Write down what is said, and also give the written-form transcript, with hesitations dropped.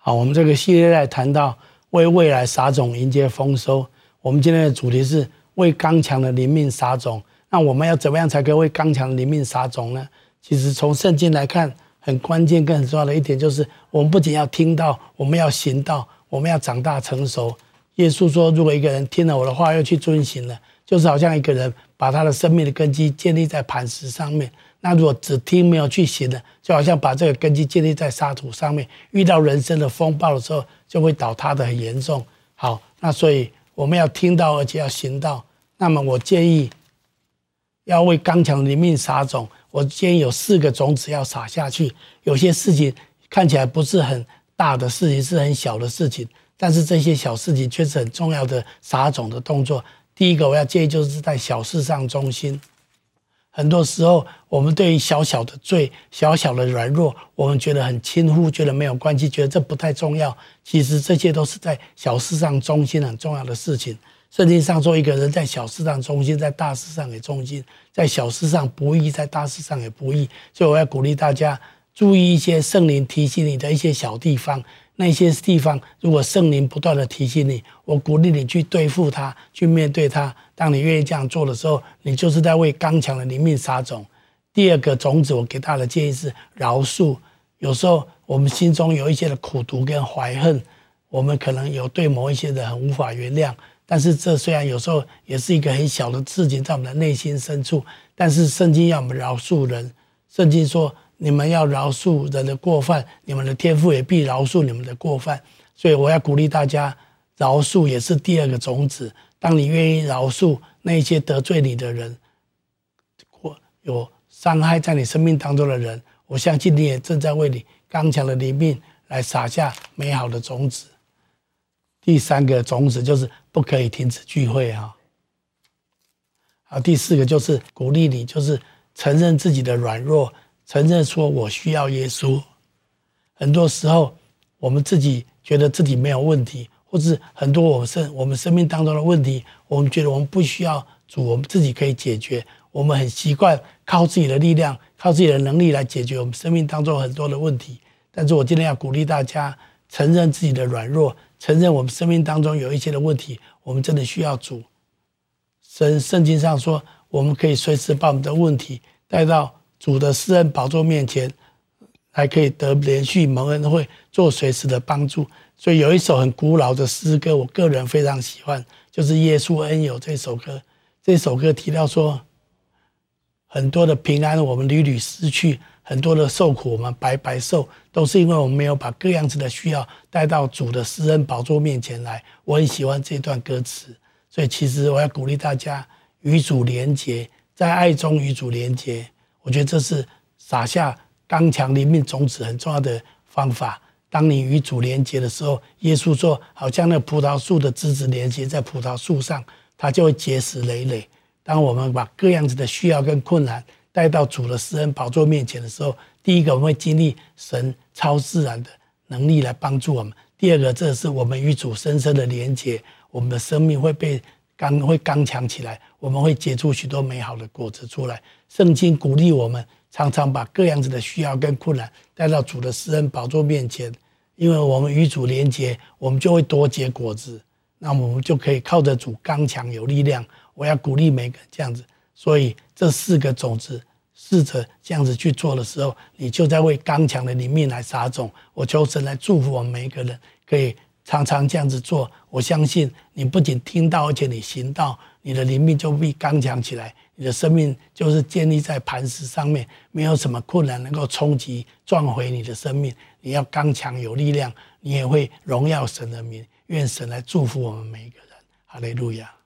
好，我们这个系列来谈到为未来撒种，迎接丰收。我们今天的主题是为刚强的灵命撒种。那我们要怎么样才可以为刚强的灵命撒种呢？其实从圣经来看，很关键跟很重要的一点就是，我们不仅要听到，我们要行道，我们要长大成熟。耶稣说，如果一个人听了我的话，又去遵行了，就是好像一个人把他的生命的根基建立在磐石上面。那如果只听没有去行的，就好像把这个根基建立在沙土上面，遇到人生的风暴的时候，就会倒塌的很严重。好，那所以我们要听到，而且要行道。那么我建议要为刚强的灵命撒种，我建议有4个种子要撒下去。有些事情看起来不是很大的事情，是很小的事情，但是这些小事情却是很重要的撒种的动作。第一个我要建议就是在小事上忠心。很多时候我们对于小小的罪、小小的软弱，我们觉得很轻忽，觉得没有关系，觉得这不太重要。其实这些都是在小事上忠心很重要的事情。圣经上说，一个人在小事上忠心，在大事上也忠心；在小事上不义，在大事上也不义。所以我要鼓励大家注意一些圣灵提醒你的一些小地方。那些地方，如果圣灵不断的提醒你，我鼓励你去对付它，去面对它。当你愿意这样做的时候，你就是在为刚强的灵命撒种。第2个种子，我给大家的建议是饶恕。有时候我们心中有一些的苦毒跟怀恨，我们可能有对某一些人很无法原谅，但是这虽然有时候也是一个很小的事情，在我们的内心深处，但是圣经要我们饶恕人。圣经说，你们要饶恕人的过犯，你们的天父也必饶恕你们的过犯。所以我要鼓励大家，饶恕也是第2个种子。当你愿意饶恕那些得罪你的人，或有伤害在你生命当中的人，我相信你也正在为你刚强的灵命来撒下美好的种子。第3个种子就是不可以停止聚会啊。好，第4个就是鼓励你，就是承认自己的软弱，承认说我需要耶稣。很多时候我们自己觉得自己没有问题，或是很多我们生命当中的问题，我们觉得我们不需要主，我们自己可以解决。我们很习惯靠自己的力量，靠自己的能力来解决我们生命当中很多的问题。但是我今天要鼓励大家，承认自己的软弱，承认我们生命当中有一些的问题，我们真的需要主。圣经上说，我们可以随时把我们的问题带到主的施恩宝座面前，还可以得连续蒙恩惠，做随时的帮助。所以有一首很古老的诗歌，我个人非常喜欢，就是《耶稣恩友》这首歌。这首歌提到说，很多的平安我们屡屡失去，很多的受苦我们白白受，都是因为我们没有把各样子的需要带到主的施恩宝座面前来。我很喜欢这段歌词，所以其实我要鼓励大家与主连结，在爱中与主连结。我觉得这是撒下刚强灵命种子很重要的方法。当你与主连结的时候，耶稣说，好像那葡萄树的枝子连结在葡萄树上，它就会结实累累。当我们把各样子的需要跟困难带到主的施恩宝座面前的时候，第一个我们会经历神超自然的能力来帮助我们。第2个，这是我们与主深深的连结，我们的生命会刚强起来，我们会结出许多美好的果子出来。圣经鼓励我们常常把各样子的需要跟困难带到主的施恩宝座面前，因为我们与主连结，我们就会多结果子，那我们就可以靠着主刚强有力量。我要鼓励每个人这样子，所以这4个种子试着这样子去做的时候，你就在为刚强的灵命来撒种。我求神来祝福我们每一个人可以常常这样子做。我相信你不仅听到，而且你行道，你的灵命就必刚强起来，你的生命就是建立在磐石上面，没有什么困难能够冲击撞毁你的生命。你要刚强有力量，你也会荣耀神的名。愿神来祝福我们每一个人。哈利路亚。